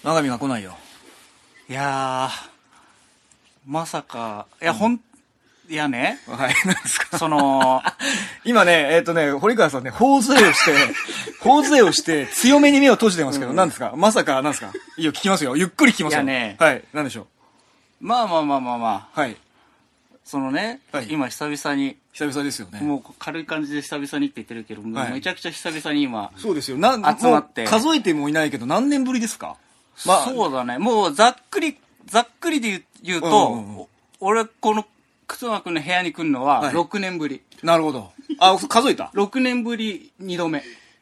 永見が来ないよ。 いやー、まさか、いや、いやね、 はい、何ですか。 今ね、堀川さんね、頬杖をして、強めに目を閉じてますけど、何ですか。まさか、何ですか。いいよ、聞きますよ。ゆっくり聞きますよ。 いやね。 はい、何でしょう。 まあ。 はい。 はい、今久々に。 久々ですよね。 もう軽い感じで久々にって言ってるけど、はい、めちゃくちゃ久々に今。 そうですよ。 集まって。 数えてもいないけど、何年ぶりですか？ まあ、そうだね。もうざっくりで言うと、俺、この、靴間くんの部屋に来るのは、6年ぶり。 なるほど。あ、数えた ?6 年ぶり、2度目。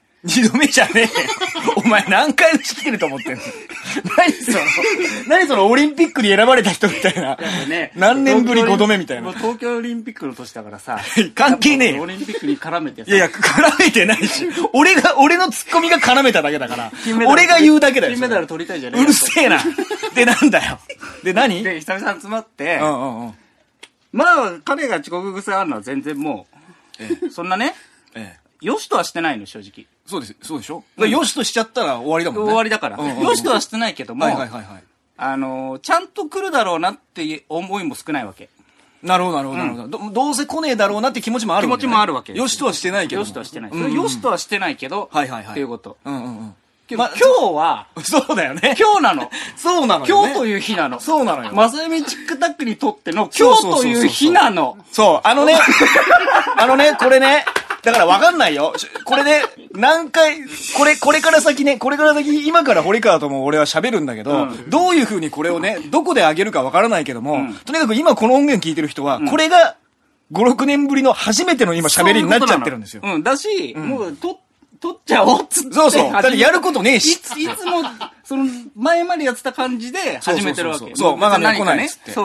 2度目じゃねえよ。お前何回来てると思ってんの？何そのオリンピックに選ばれた人みたいな。何年ぶり5度目みたいな。 東京オリンピックの年だからさ。 関係ねえよ。 オリンピックに絡めてさ。 いや、絡めてないし。俺のツッコミが絡めただけだから。俺が言うだけだよ。 金メダル取りたいじゃねえうるせえな。で、なんだよ。で、何？ で、久々集まって、まあ、彼が遅刻癖あるのは全然もう、そんなね、よしとはしてないの、正直。 そうでしょ？よしとしちゃったら終わりだもんね。 終わりだから。よしとはしてないけども、ちゃんと来るだろうなって思いも少ないわけ。 なるほど。どうせ来ねえだろうなって気持ちもあるわけ。 気持ちもあるわけ。 よしとはしてないけど。 よしとはしてない。よしとはしてないけど、っていうこと。 今日は、 そうだよね。 今日なの。 そうなのよ。今日という日なの。 そうなのよ。 まさゆみチックタックにとっての今日という日なの。 そう、これね、だからわかんないよ。これね、何回、これから先、今から堀川とも俺は喋るんだけど、どういう風にこれをね、どこで上げるかわからないけども、とにかく今この音源聞いてる人は、これが5、6年ぶりの初めての今喋りになっちゃってるんですよ。 だし、もう、取っちゃおうっつって。 そう。だってやることねえし。 いつも、前までやってた感じで始めてるわけ。 そう、まだね、来ないっつって。 そう。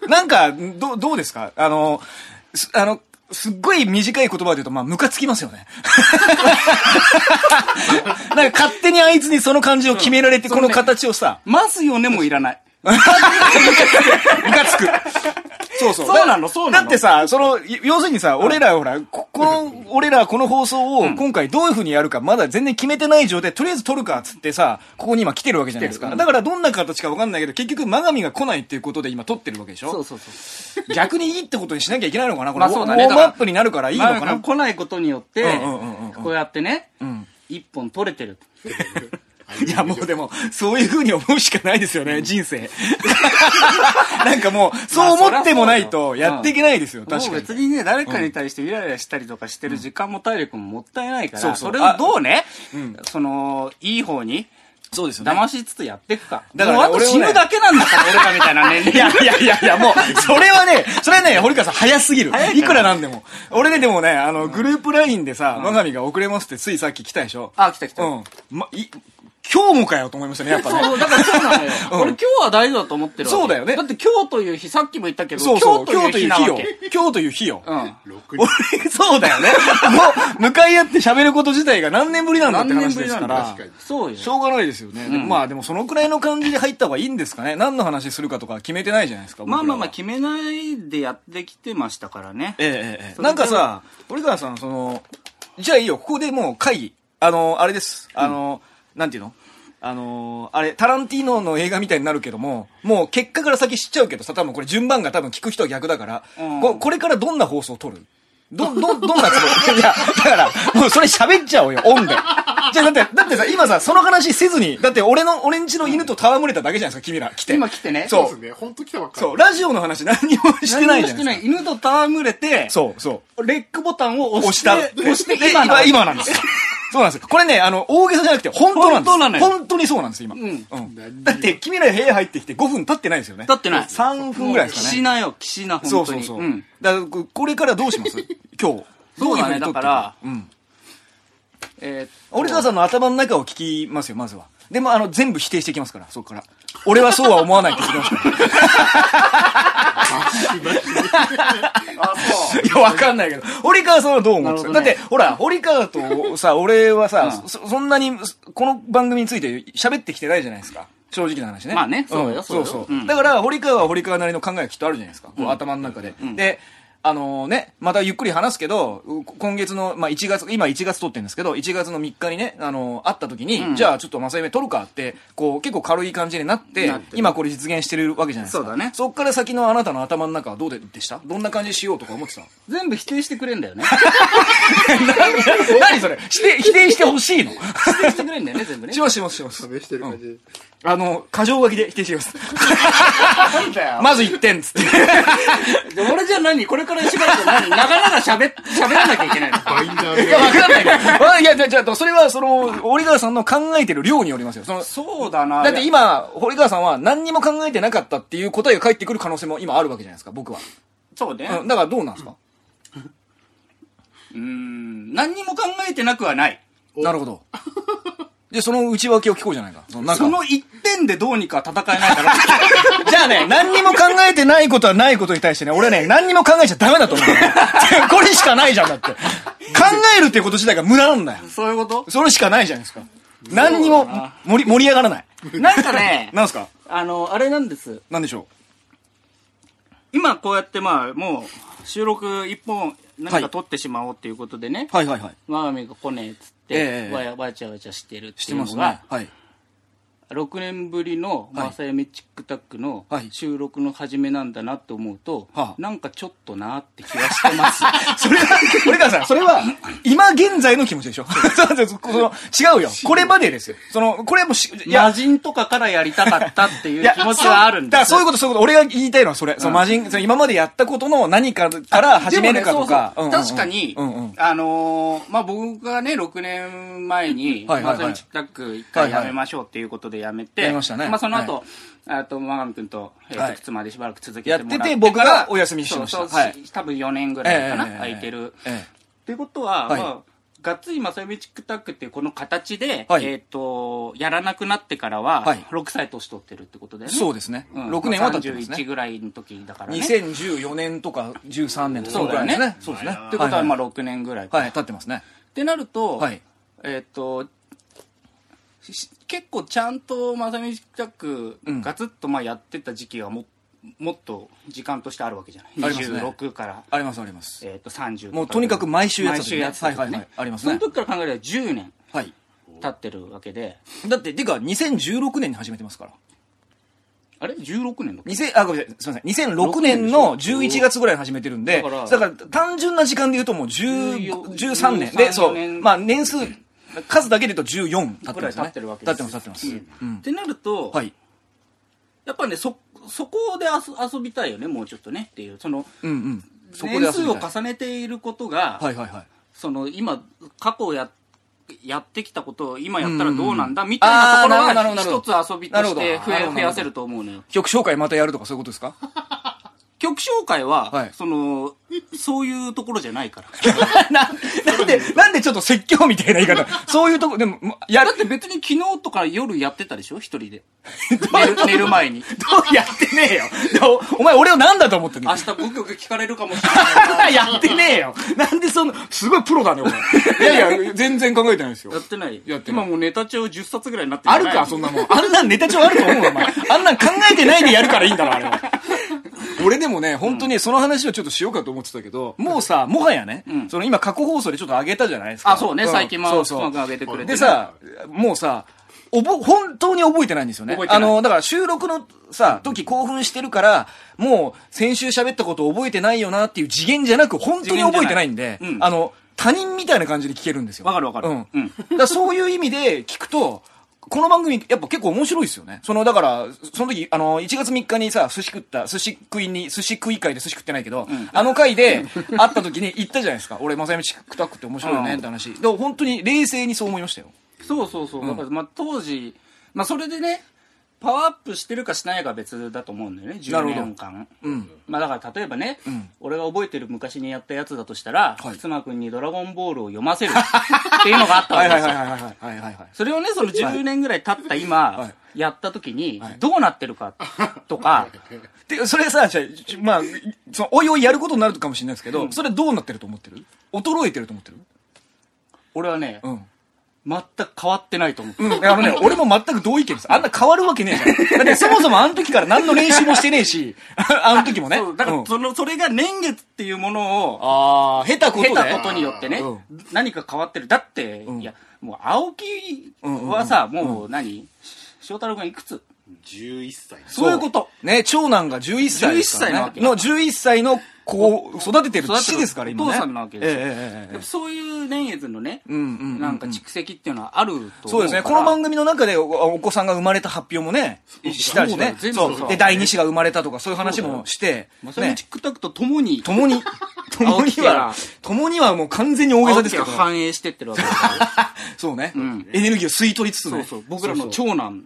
なんか、どうですか？すっごい短い言葉で言うと、ムカつきますよね。なんか勝手にあいつにその感じを決められて、この形をさ。 ますよねもいらない。 ムカつく。 そうなの。 だってさ、要するにさ、俺らほら、この放送を今回どういう風にやるかまだ全然決めてない状態で、とりあえず撮るかっつってさ、ここに今来てるわけじゃないですか。だからどんな形かわかんないけど、結局、真神が来ないっていうことで今撮ってるわけでしょ？ そう。 逆にいいってことにしなきゃいけないのかな？これ、ウォームアップになるからいいのかな？ 来ないことによって、こうやってね、一本取れてる。 いやもうでも、そういう風に思うしかないですよね、人生。なんかもう、そう思ってもないとやっていけないですよ、確かに。 別にね、誰かに対してイライラしたりとかしてる時間も体力ももったいないから、それをどうね、いい方に、 そうですよね。 騙しつつやっていくか。 だから俺死ぬだけなんだから、俺らみたいな年齢。 いや、もう、それはね、堀川さん早すぎる。いくらなんでも。俺ね、でもね、グループ LINE でさ、真神が遅れますってついさっき来たでしょ？ あ、来た。 今日もかよと思いましたね、やっぱね。 そう、だからそうなのよ。俺今日は大丈夫だと思ってるわけ。 そうだよね。 だって今日という日、さっきも言ったけど、今日という日よ。 今日という日よ。そうだよね。もう、向かい合って喋ること自体が何年ぶりなんだって話ですから。 そうよ。 しょうがないですよね。でもそのくらいの感じで入った方がいいんですかね。何の話するかとか決めてないじゃないですか。 まあ、決めないでやってきてましたからね。 なんかさ、堀川さん、じゃあいいよ、ここでもう会議。あれです。なんていうの？タランティーノの映画みたいになるけども、もう結果から先知っちゃうけどさ、多分これ順番が聞く人は逆だから、これからどんな放送を撮る？どんなつもり？いや、だから、もうそれ喋っちゃおうよ、オンで。じゃあだってさ、今さ、その話せずに、だって俺んちの犬と戯れただけじゃないですか、君ら。来て。 今来てね。 そうですね、 ほんと来たばっかり。 そう、ラジオの話何にもしてないじゃないですか。 犬と戯れて、 そう。 レックボタンを押して、 今なんですよ。そうなんですよ。これね、大げさじゃなくて、本当なんです。 本当なのよ。 本当にそうなんです、今。だって、君ら部屋入ってきて5分経ってないですよね。 経ってない。 3分ぐらいですかね。 岸な、本当に。 そう。だから、これからどうします今日。 そうだね、だから、 堀川さんの頭の中を聞きますよ、まずは。でも、全部否定していきますから、そこから。俺はそうは思わないって言ってますから。いや、わかんないけど。堀川さんはどう思うんですか？だって、ほら、堀川とさ、俺はさ、そんなに、この番組について喋ってきてないじゃないですか。正直な話ね。 まあね、そうよ。 だから、堀川は堀川なりの考えがきっとあるじゃないですか。頭の中で。で、 またゆっくり話すけど、今月の、まあ、今1月撮ってるんですけど、1月の3日にね、会った時に、じゃあちょっと正夢撮るかって、こう、結構軽い感じになって、今これ実現してるわけじゃないですか。 そうだね。 そっから先のあなたの頭の中はどうでした？どんな感じしようとか思ってた？ 全部否定してくれんだよね。 何それ？否定してほしいの？ 否定してくれんだよね、全部ね。 します。 試してる感じ。 過剰書きで否定してます。まず1点っつって。 俺じゃ何これからしばらく何なかなか喋らなきゃいけないの。 バインダーいや、わかんないけど。いや、じゃあ、それは、堀川さんの考えてる量によりますよ。 そうだな。 だって今、堀川さんは何にも考えてなかったっていう答えが返ってくる可能性も今あるわけじゃないですか、僕は。 そうね。 だからどうなんですか？ 何にも考えてなくはない。 なるほど。で、その内訳を聞こうじゃないか。 その一点でどうにか戦えないから。 じゃあね、何にも考えてないことはないことに対してね、俺ね、何にも考えちゃダメだと思う。これしかないじゃん、だって。考えるっていうこと自体が無駄なんだよ。 そういうこと？ それしかないじゃないですか。何にも盛り上がらない。 なんかね、 なんすか？ あれなんです。 なんでしょう。今こうやってまあ、もう収録一本何か撮ってしまおうっていうことでね。 はい。 ママミが来ねえっつって、わちゃわちゃしてるっていうのが、 してますね。はい。 6年ぶりの正夢チックタックの収録の始めなんだなって思うと、なんかちょっとなって気がしてます。 それは、堀川さん、それは、今現在の気持ちでしょ。違うよ。これまでですよ。これも魔人とかからやりたかったっていう気持ちはあるんですよ。 だからそういうこと。俺が言いたいのはそれ。魔人、今までやったことの何かから始めるかとか。 確かに、まあ、僕がね、6年前に、正夢チックタック一回やめましょうっていうことでやめて、 やりましたね。 まあその後、真上くんと、妻でしばらく続けてもらってやってて、僕がお休みしました。 多分4年ぐらいかな、空いてる。っていうことは、まあ、がっつり正夢チックタックっていうこの形で、やらなくなってからは、6歳年取ってるってことだよね。 そうですね。6年は経ってますね。 31ぐらいの時だからね。 2014年とか13年とか。 そうだよね。 そうですね。 ってことは、まあ6年ぐらい。 はい、経ってますね。 ってなると、結構ちゃんと正夢チックタックガツッとまあやってた時期はもっと時間としてあるわけじゃない。26からあります 30 もうとにかく毎週やってたね。ありますね。その時から考えれば10年経ってるわけで、 だっててか2016年に始めてますから。 あれ16年のごめんなさい、すみません。2006年の11月ぐらいに始めてるんで、だから単純な時間で言うともう13年で、そう、まあ年数数だけで言うと14経ってますね。 経ってるわけです。 経ってます。 ってなると、やっぱね、そこで遊びたいよね、もうちょっとねっていう、年数を重ねていることが、今、過去やってきたことを今やったらどうなんだみたいなところが一つ遊びとして増やせると思うのよ。 曲紹介またやるとかそういうことですか？ 曲紹介は、そういうところじゃないから。 なんでちょっと説教みたいな言い方。そういうとこ、でも、 だって別に昨日とか夜やってたでしょ一人で。寝る前に。 やってねえよ。お前俺を何だと思ってるの？ 明日5曲聞かれるかもしれない。 やってねえよ。なんですごいプロだね、お前。いや、全然考えてないですよ。 やってない。今もうネタ帳10冊ぐらいになってる。 あるか、そんなもん。あんなんネタ帳あると思うお前。あんなん考えてないでやるからいいんだろ、あれは。俺でもね、本当にその話をちょっとしようかと思ってたけど、もうさ、もはやね、今過去放送でちょっと上げたじゃないですか。 あ、そうね、最近も上げてくれて。 でさ、もうさ、本当に覚えてないんですよね。だから収録のさ、時興奮してるから、もう先週喋ったこと覚えてないよなっていう次元じゃなく、本当に覚えてないんで、他人みたいな感じで聞けるんですよ。 わかる。だからそういう意味で聞くと、この番組、やっぱ結構面白いですよね。だから、その時、1月3日にさ、寿司食い会で寿司食ってないけど、あの会で会った時に言ったじゃないですか。俺、正夢チックタックって面白いよねって話。でも本当に冷静にそう思いましたよ。 そう。だから、まあ当時、まあそれでね、パワーアップしてるかしないかは別だと思うんだよね、10年間。まあだから例えばね、俺が覚えてる昔にやったやつだとしたら、妻くんにドラゴンボールを読ませるっていうのがあったわけですよ。それをね、その10年ぐらい経った今、やった時に、どうなってるかとか。 で、それさ、まあ、おいおいやることになるかもしれないですけど、それどうなってると思ってる？衰えてると思ってる？ 俺はね、 全く変わってないと思う。 俺も全く同意見です。あんな変わるわけねえじゃん。だってそもそもあの時から何の練習もしてねえし、あの時もね。 そう、だからそれが年月っていうものを、 経たことによってね、何か変わってる。だって、いや、もう青木はさ、もう翔太郎君いくつ ？11歳。 そういうこと。 ね、長男が11歳ですからね。 11歳なわけ。 の11歳の子を育ててる父ですから、今ね。 お父さんなわけですよ。そういう年月のね、なんか蓄積っていうのはあると思うから。 そうですね。この番組の中でお子さんが生まれた発表もね、したりね。そう。で、第2子が生まれたとか、そういう話もして。 まさにチックタクと共にはもう完全に大げさですけど。 反映してってるわけですから。 そうね。エネルギーを吸い取りつつね。 そう。僕らの長男。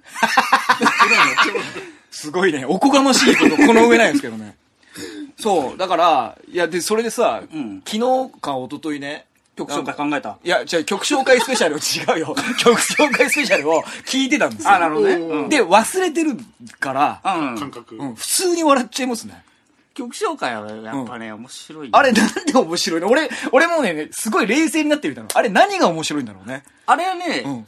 すごいね。おこがましいこと、この上ないですけどね。そう。だから、いや、で、それでさ、昨日か一昨日ね、 曲紹介考えた。 いや、曲紹介スペシャル違うよ。曲紹介スペシャルを聞いてたんですよ。 なるほどね。 で、忘れてるから、 感覚。 普通に笑っちゃいますね。 曲紹介はやっぱね、面白い。 あれなんで面白いの？俺もね、すごい冷静になってみたの。あれ何が面白いんだろうね。 あれはね、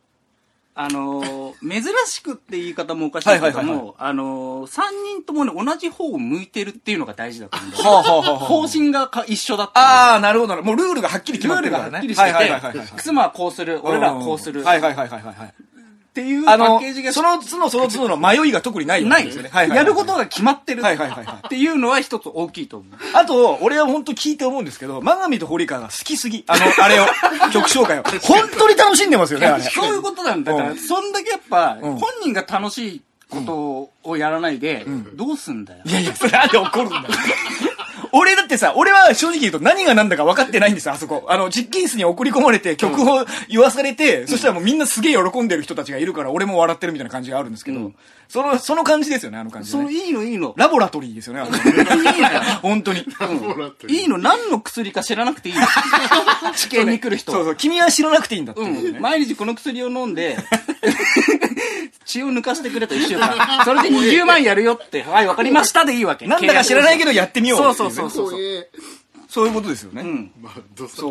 珍しくって言い方もおかしいけども、3人ともね、同じ方を向いてるっていうのが大事だと思うんだよ。方針が一緒だった。 ああ、なるほど。もうルールがはっきり決まってるからね。 ルールがはっきりしてて、妻はこうする、俺らはこうする。 はい。 っていうパッケージがその都度の迷いが特にないないですね。やることが決まってるっていうのは一つ大きいと思う。 あと、俺は本当聞いて思うんですけど、真上と堀川が好きすぎ。あれを、曲紹介を。本当に楽しんでますよね、あれ。 そういうことなんだから、そんだけやっぱ、本人が楽しいことをやらないで、どうすんだよ。 いや、それなんで怒るんだよ。俺だってさ、俺は正直言うと何が何だか分かってないんですよ、あそこ。実験室に送り込まれて曲を言わされて、そしたらもうみんなすげえ喜んでる人たちがいるから、俺も笑ってるみたいな感じがあるんですけど、その感じですよね、あの感じ、ね。 いいの。 ラボラトリーですよね、本当に。 いいの、何の薬か知らなくていいの。治験に来る人。 そう、君は知らなくていいんだって、ね。 毎日この薬を飲んで、血を抜かしてくれと1週間。それで20万やるよって、はい、わかりましたでいいわけ。 なんだか知らないけどやってみよう。 そう。 そういうことですよね。そう。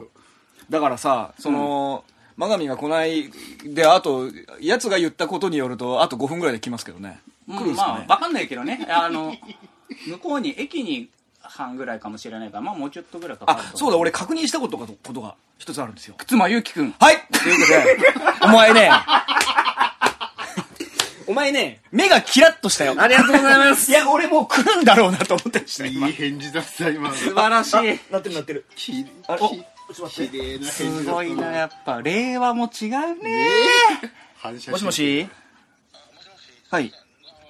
だからさ、真上が来ないで、あと、奴が言ったことによると、あと5分ぐらいで来ますけどね。来るんですかね。 わかんないけどね。向こうに、駅に半ぐらいかもしれないから、もうちょっとぐらいかかると。 そうだ、俺確認したことが一つあるんですよ。 妻ゆうきくん。 はいということで、お前ね、目がキラッとしたよ。 ありがとうございます。 いや、俺もう来るんだろうなと思ってました。 いい返事だった、今。 素晴らしい。 なってる。 綺麗な返事。 すごいな、やっぱ、令和も違うね。 もしもしはい。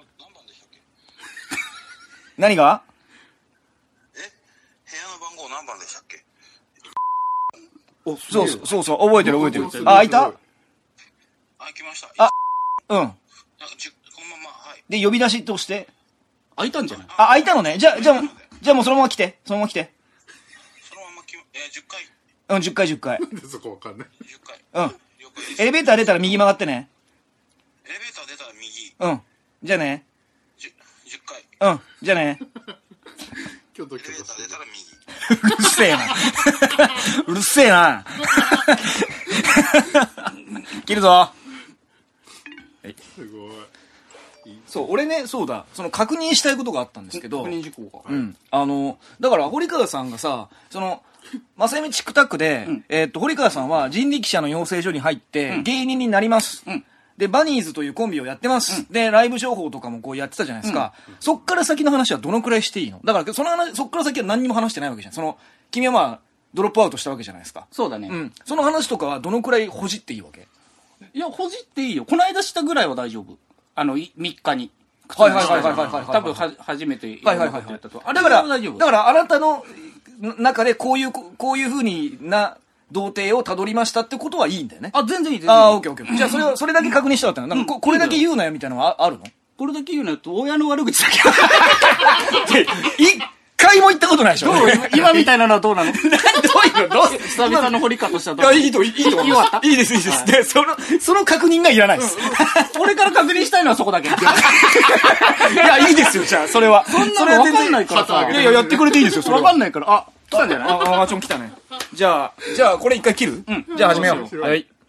何が？ 部屋の番号何番でしたっけ？ そう、覚えてる。開いた？ 開きました。 うん。 このまま、はい。 で、呼び出しとして。 開いたんじゃない？ 開いたのね。じゃあもうそのまま来て。 そのまま10回。 10回。 そこわかんない。 10回。 エレベーター出たら右曲がってね。 エレベーター出たら右。 じゃあね。 10回。 じゃあね。 エレベーター出たら右。 うるせえな。切るぞ。 すごい。 そう、俺ね、そうだ、確認したいことがあったんですけど。 確認事項か。 だから堀川さんがさ、まさゆみチックタックで、堀川さんは人力車の養成所に入って、芸人になります。で、バニーズというコンビをやってます。で、ライブ情報とかもこうやってたじゃないですか。そっから先の話はどのくらいしていいの？だから、そっから先は何にも話してないわけじゃん。君はドロップアウトしたわけじゃないですか。 そうだね。 その話とかはどのくらいほじっていいわけ？ いや、ほじっていいよ。この間したぐらいは大丈夫。3日に。 多分初めてやったと。 だからあなたの中でこういう風にな童貞をたどりましたってことはいいんだよね。 全然いい。 オッケー。じゃあそれだけ確認したかったの。なんかこれだけ言うなよみたいなのはあるの？ これだけ言うなよと親の悪口だけ。 一回も言ったことないでしょ。 今みたいなのはどうなの？ どういうの？ 久々の掘り方したと。 いや、いいと思います。いいです。で、その確認がいらないです。 俺から確認したいのはそこだけ。いや、いいですよ、じゃあ、それは。 そんなの分かんないからさ。 いや、やってくれていいですよ、それは。 分かんないから。来たんじゃない？ 来たね。じゃあ、これ一回切る？じゃあ始めよう。はい。